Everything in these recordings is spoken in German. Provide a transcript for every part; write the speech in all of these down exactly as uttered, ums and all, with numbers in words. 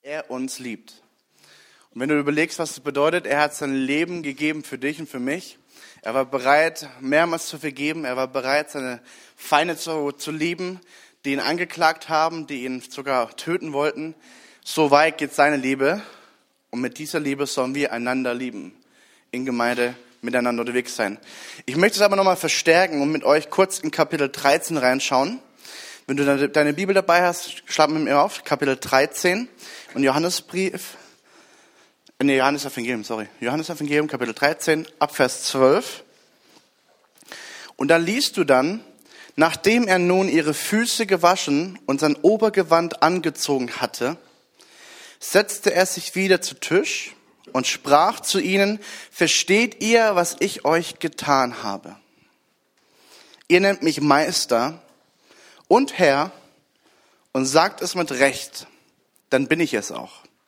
er uns liebt. Und wenn du überlegst, was das bedeutet, er hat sein Leben gegeben für dich und für mich. Er war bereit, mehrmals zu vergeben. Er war bereit, seine Feinde zu, zu lieben, die ihn angeklagt haben, die ihn sogar töten wollten. So weit geht seine Liebe. Und mit dieser Liebe sollen wir einander lieben. In Gemeinde miteinander unterwegs sein. Ich möchte es aber nochmal verstärken und mit euch kurz in Kapitel dreizehn reinschauen. Wenn du deine Bibel dabei hast, schlag mit mir auf, Kapitel dreizehn und Johannesbrief, nee, Johannes Evangelium, sorry, Johannes Evangelium, Kapitel dreizehn, ab Vers zwölf. Und da liest du dann, nachdem er nun ihre Füße gewaschen und sein Obergewand angezogen hatte, setzte er sich wieder zu Tisch und sprach zu ihnen, versteht ihr, was ich euch getan habe? Ihr nennt mich Meister und Herr und sagt es mit Recht, dann bin ich es auch.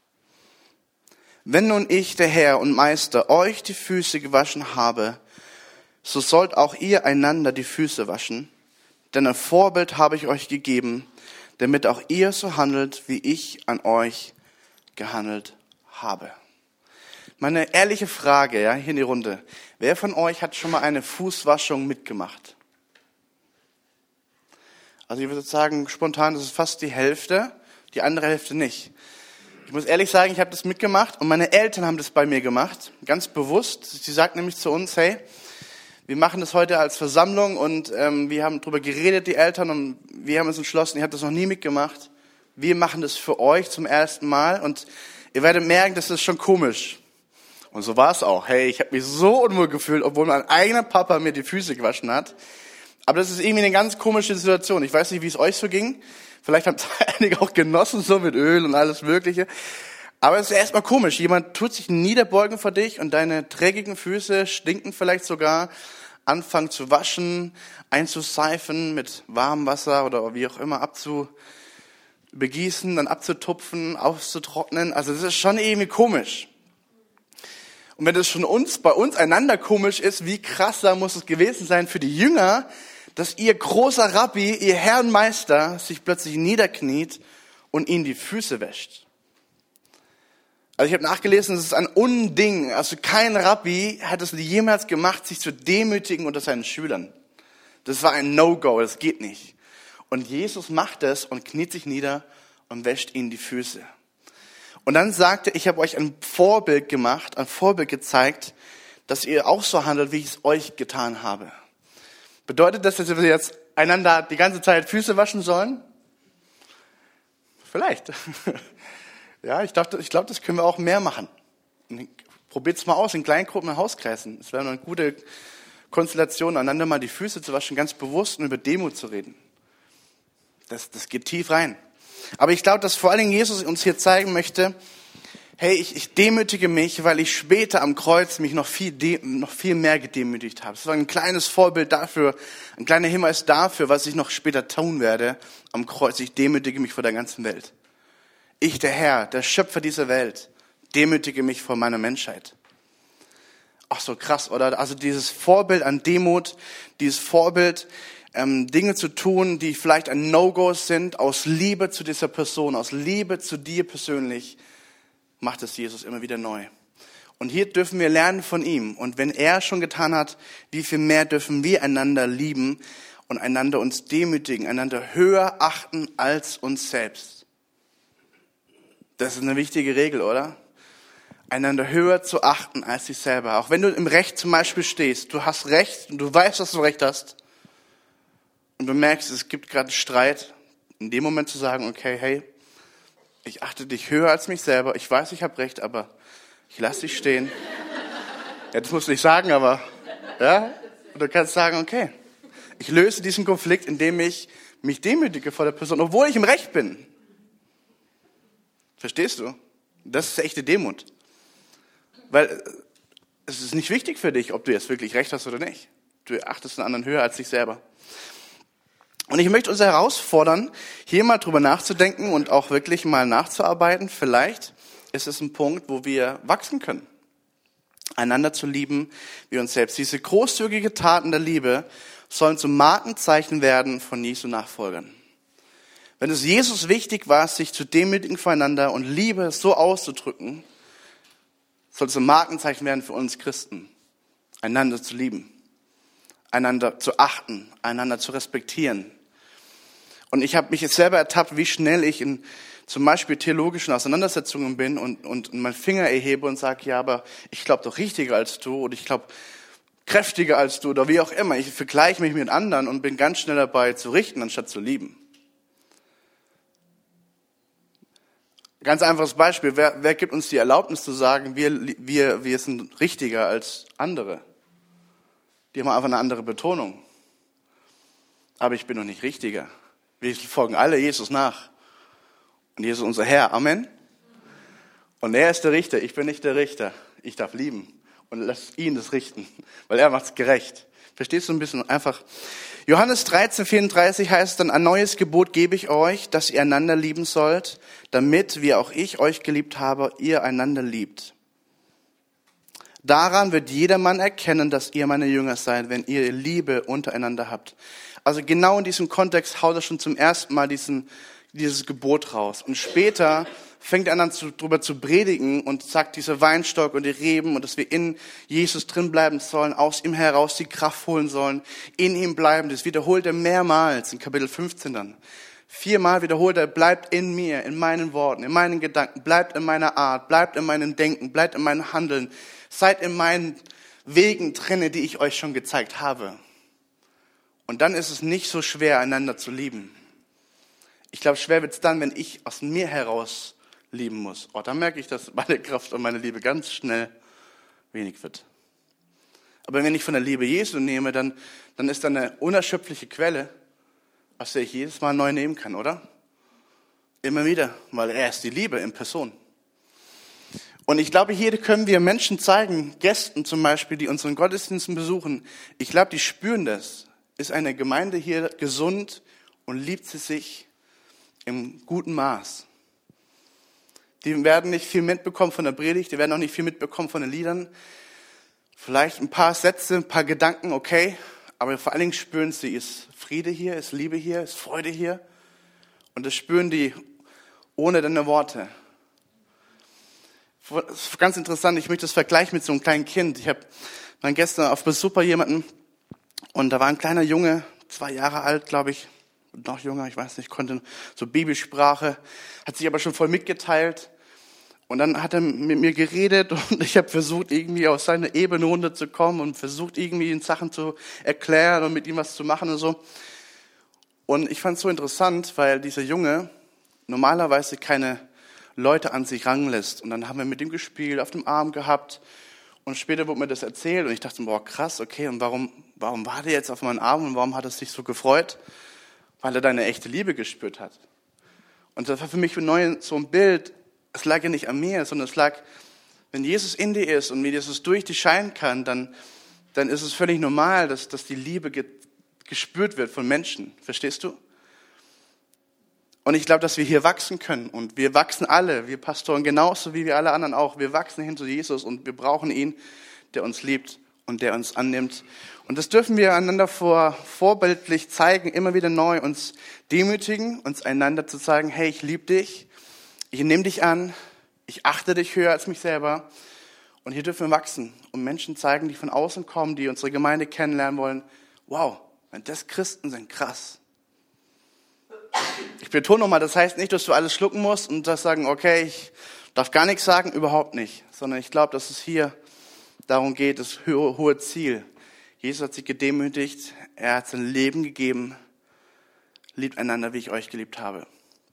Wenn nun ich, der Herr und Meister, euch die Füße gewaschen habe, so sollt auch ihr einander die Füße waschen, denn ein Vorbild habe ich euch gegeben, damit auch ihr so handelt, wie ich an euch gehandelt habe. Meine ehrliche Frage, ja, hier in die Runde. Wer von euch hat schon mal eine Fußwaschung mitgemacht? Also ich würde sagen, spontan, das ist fast die Hälfte, die andere Hälfte nicht. Ich muss ehrlich sagen, ich habe das mitgemacht und meine Eltern haben das bei mir gemacht, ganz bewusst. Sie sagt nämlich zu uns, hey, wir machen das heute als Versammlung und ähm, wir haben darüber geredet, die Eltern, und wir haben uns entschlossen, ich habe das noch nie mitgemacht. Wir machen das für euch zum ersten Mal und ihr werdet merken, das ist schon komisch. Und so war es auch. Hey, ich habe mich so unwohl gefühlt, obwohl mein eigener Papa mir die Füße gewaschen hat. Aber das ist irgendwie eine ganz komische Situation. Ich weiß nicht, wie es euch so ging. Vielleicht haben es einige auch genossen, so mit Öl und alles Mögliche. Aber es ist erstmal komisch. Jemand tut sich niederbeugen vor dich und deine dreckigen Füße stinken vielleicht sogar, anfangen zu waschen, einzuseifen mit warmem Wasser oder wie auch immer, abzubegießen, dann abzutupfen, auszutrocknen. Also das ist schon irgendwie komisch. Und wenn das schon uns, bei uns einander komisch ist, wie krasser muss es gewesen sein für die Jünger, dass ihr großer Rabbi, ihr Herr und Meister, sich plötzlich niederkniet und ihnen die Füße wäscht. Also ich habe nachgelesen, es ist ein Unding. Also kein Rabbi hat es jemals gemacht, sich zu demütigen unter seinen Schülern. Das war ein No-Go, das geht nicht. Und Jesus macht es und kniet sich nieder und wäscht ihnen die Füße. Und dann sagte, ich habe euch ein Vorbild gemacht, ein Vorbild gezeigt, dass ihr auch so handelt, wie ich es euch getan habe. Bedeutet das, dass wir jetzt einander die ganze Zeit Füße waschen sollen? Vielleicht. Ja, ich dachte, ich glaube, das können wir auch mehr machen. Probiert es mal aus in Kleingruppen, in Hauskreisen. Es wäre eine gute Konstellation, einander mal die Füße zu waschen, ganz bewusst und über Demut zu reden. Das, das geht tief rein. Aber ich glaube, dass vor allen Dingen Jesus uns hier zeigen möchte, hey, ich, ich demütige mich, weil ich später am Kreuz mich noch viel, de, noch viel mehr gedemütigt habe. Das war ein kleines Vorbild dafür, ein kleiner Hinweis dafür, was ich noch später tun werde am Kreuz. Ich demütige mich vor der ganzen Welt. Ich, der Herr, der Schöpfer dieser Welt, demütige mich vor meiner Menschheit. Ach so krass, oder? Also dieses Vorbild an Demut, dieses Vorbild, ähm, Dinge zu tun, die vielleicht ein No-Go sind, aus Liebe zu dieser Person, aus Liebe zu dir persönlich, macht es Jesus immer wieder neu. Und hier dürfen wir lernen von ihm. Und wenn er schon getan hat, wie viel mehr dürfen wir einander lieben und einander uns demütigen, einander höher achten als uns selbst. Das ist eine wichtige Regel, oder? Einander höher zu achten als sich selber. Auch wenn du im Recht zum Beispiel stehst, du hast Recht und du weißt, dass du Recht hast. Und du merkst, es gibt gerade Streit, in dem Moment zu sagen, okay, hey, ich achte dich höher als mich selber. Ich weiß, ich habe Recht, aber ich lasse dich stehen. Ja, das musst du nicht sagen, aber ja. Und du kannst sagen, okay, ich löse diesen Konflikt, indem ich mich demütige vor der Person, obwohl ich im Recht bin. Verstehst du? Das ist echte Demut. Weil es ist nicht wichtig für dich, ob du jetzt wirklich Recht hast oder nicht. Du achtest den anderen höher als dich selber. Und ich möchte uns herausfordern, hier mal drüber nachzudenken und auch wirklich mal nachzuarbeiten. Vielleicht ist es ein Punkt, wo wir wachsen können. Einander zu lieben wie uns selbst. Diese großzügige Taten der Liebe sollen zum Markenzeichen werden von Jesu Nachfolgern. Wenn es Jesus wichtig war, sich zu demütigen voreinander und Liebe so auszudrücken, soll es ein Markenzeichen werden für uns Christen, einander zu lieben, einander zu achten, einander zu respektieren. Und ich habe mich jetzt selber ertappt, wie schnell ich in zum Beispiel theologischen Auseinandersetzungen bin und, und meinen Finger erhebe und sage, ja, aber ich glaube doch richtiger als du oder ich glaube kräftiger als du oder wie auch immer. Ich vergleiche mich mit anderen und bin ganz schnell dabei zu richten, anstatt zu lieben. Ganz einfaches Beispiel, wer, wer gibt uns die Erlaubnis zu sagen, wir, wir, wir sind richtiger als andere? Die haben einfach eine andere Betonung. Aber ich bin noch nicht richtiger. Wir folgen alle Jesus nach. Und Jesus ist unser Herr. Amen. Und er ist der Richter. Ich bin nicht der Richter. Ich darf lieben. Und lass ihn das richten. Weil er macht es gerecht. Verstehst du ein bisschen einfach? Johannes dreizehn vierunddreißig heißt dann, ein neues Gebot gebe ich euch, dass ihr einander lieben sollt, damit, wie auch ich euch geliebt habe, ihr einander liebt. Daran wird jedermann erkennen, dass ihr meine Jünger seid, wenn ihr Liebe untereinander habt. Also genau in diesem Kontext haut er schon zum ersten Mal diesen, dieses Gebot raus. Und später fängt er an, darüber zu predigen und sagt, dieser Weinstock und die Reben und dass wir in Jesus drin bleiben sollen, aus ihm heraus die Kraft holen sollen, in ihm bleiben. Das wiederholt er mehrmals in Kapitel fünfzehn dann. Viermal wiederholt er, bleibt in mir, in meinen Worten, in meinen Gedanken, bleibt in meiner Art, bleibt in meinem Denken, bleibt in meinem Handeln, seid in meinen Wegen drinne, die ich euch schon gezeigt habe. Und dann ist es nicht so schwer, einander zu lieben. Ich glaube, schwer wird es dann, wenn ich aus mir heraus lieben muss. Oh, da merke ich, dass meine Kraft und meine Liebe ganz schnell wenig wird. Aber wenn ich von der Liebe Jesu nehme, dann, dann ist da eine unerschöpfliche Quelle, aus der ich jedes Mal neu nehmen kann, oder? Immer wieder, weil er ist die Liebe in Person. Und ich glaube, hier können wir Menschen zeigen, Gästen zum Beispiel, die unseren Gottesdiensten besuchen. Ich glaube, die spüren das. Ist eine Gemeinde hier gesund und liebt sie sich im guten Maß? Die werden nicht viel mitbekommen von der Predigt, die werden auch nicht viel mitbekommen von den Liedern. Vielleicht ein paar Sätze, ein paar Gedanken, okay. Aber vor allen Dingen spüren sie, ist Friede hier, ist Liebe hier, ist Freude hier. Und das spüren die ohne deine Worte. Das ist ganz interessant, ich möchte das vergleichen mit so einem kleinen Kind. Ich habe dann gestern auf Besuch bei jemandem und da war ein kleiner Junge, zwei Jahre alt, glaube ich, noch jünger, ich weiß nicht, konnte so Babysprache, hat sich aber schon voll mitgeteilt. Und dann hat er mit mir geredet und ich habe versucht, irgendwie aus seiner Ebene runterzukommen und versucht, irgendwie ihn Sachen zu erklären und mit ihm was zu machen und so. Und ich fand es so interessant, weil dieser Junge normalerweise keine Leute an sich ranlässt. Und dann haben wir mit ihm gespielt, auf dem Arm gehabt. Und später wurde mir das erzählt und ich dachte, boah, krass, okay, und warum, warum war der jetzt auf meinem Arm und warum hat er sich so gefreut? Weil er deine echte Liebe gespürt hat. Und das war für mich neu so ein Bild. Es lag ja nicht an mir, sondern es lag, wenn Jesus in dir ist und wenn Jesus durch dich scheinen kann, dann, dann ist es völlig normal, dass, dass die Liebe ge, gespürt wird von Menschen. Verstehst du? Und ich glaube, dass wir hier wachsen können. Und wir wachsen alle, wir Pastoren genauso wie wir alle anderen auch. Wir wachsen hin zu Jesus und wir brauchen ihn, der uns liebt und der uns annimmt. Und das dürfen wir einander vor, vorbildlich zeigen, immer wieder neu uns demütigen, uns einander zu sagen, hey, ich liebe dich. Ich nehme dich an, ich achte dich höher als mich selber. Und hier dürfen wir wachsen und Menschen zeigen, die von außen kommen, die unsere Gemeinde kennenlernen wollen. Wow, wenn das Christen sind, krass. Ich betone nochmal, das heißt nicht, dass du alles schlucken musst und das sagen, okay, ich darf gar nichts sagen, überhaupt nicht. Sondern ich glaube, dass es hier darum geht, das hohe, hohe Ziel. Jesus hat sich gedemütigt, er hat sein Leben gegeben. Liebt einander, wie ich euch geliebt habe.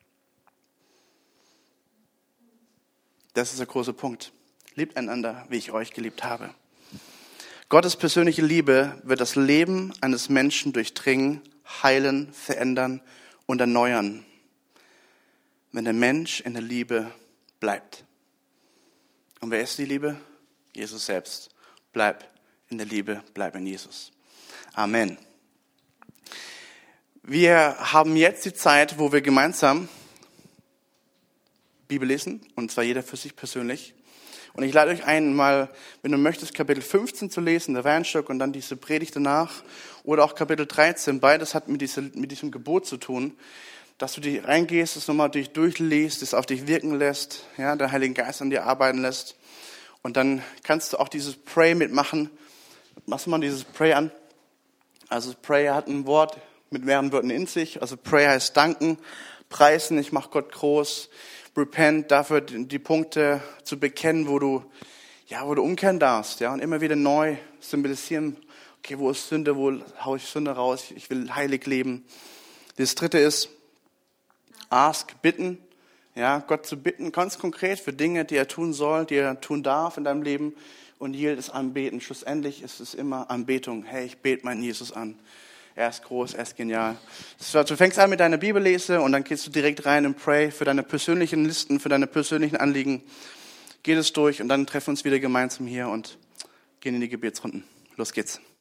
Das ist der große Punkt. Liebt einander, wie ich euch geliebt habe. Gottes persönliche Liebe wird das Leben eines Menschen durchdringen, heilen, verändern und erneuern, wenn der Mensch in der Liebe bleibt. Und wer ist die Liebe? Jesus selbst. Bleib in der Liebe, bleib in Jesus. Amen. Wir haben jetzt die Zeit, wo wir gemeinsam Bibel lesen, und zwar jeder für sich persönlich. Und ich lade euch ein, mal, wenn du möchtest, Kapitel fünfzehn zu lesen, der Weinstock, und dann diese Predigt danach, oder auch Kapitel dreizehn, beides hat mit, diese, mit diesem Gebot zu tun. dass du dich reingehst, das nochmal dich durchliest, das auf dich wirken lässt, ja, der Heilige Geist an dir arbeiten lässt. Und dann kannst du auch dieses Pray mitmachen. Machst du mal dieses Pray an. Also Pray hat ein Wort mit mehreren Wörtern in sich. Also Pray heißt danken, preisen, ich mache Gott groß. Repent, dafür die Punkte zu bekennen, wo du, ja, wo du umkehren darfst, ja, und immer wieder neu symbolisieren. Okay, wo ist Sünde, wo haue ich Sünde raus? Ich will heilig leben. Das dritte ist Ask, bitten, ja, Gott zu bitten, ganz konkret für Dinge, die er tun soll, die er tun darf in deinem Leben. Und Yield ist Anbeten. Schlussendlich ist es immer Anbetung. Hey, ich bete meinen Jesus an. Er ist groß, er ist genial. Du fängst an mit deiner Bibellese und dann gehst du direkt rein und pray für deine persönlichen Listen, für deine persönlichen Anliegen. Geh es durch und dann treffen wir uns wieder gemeinsam hier und gehen in die Gebetsrunden. Los geht's.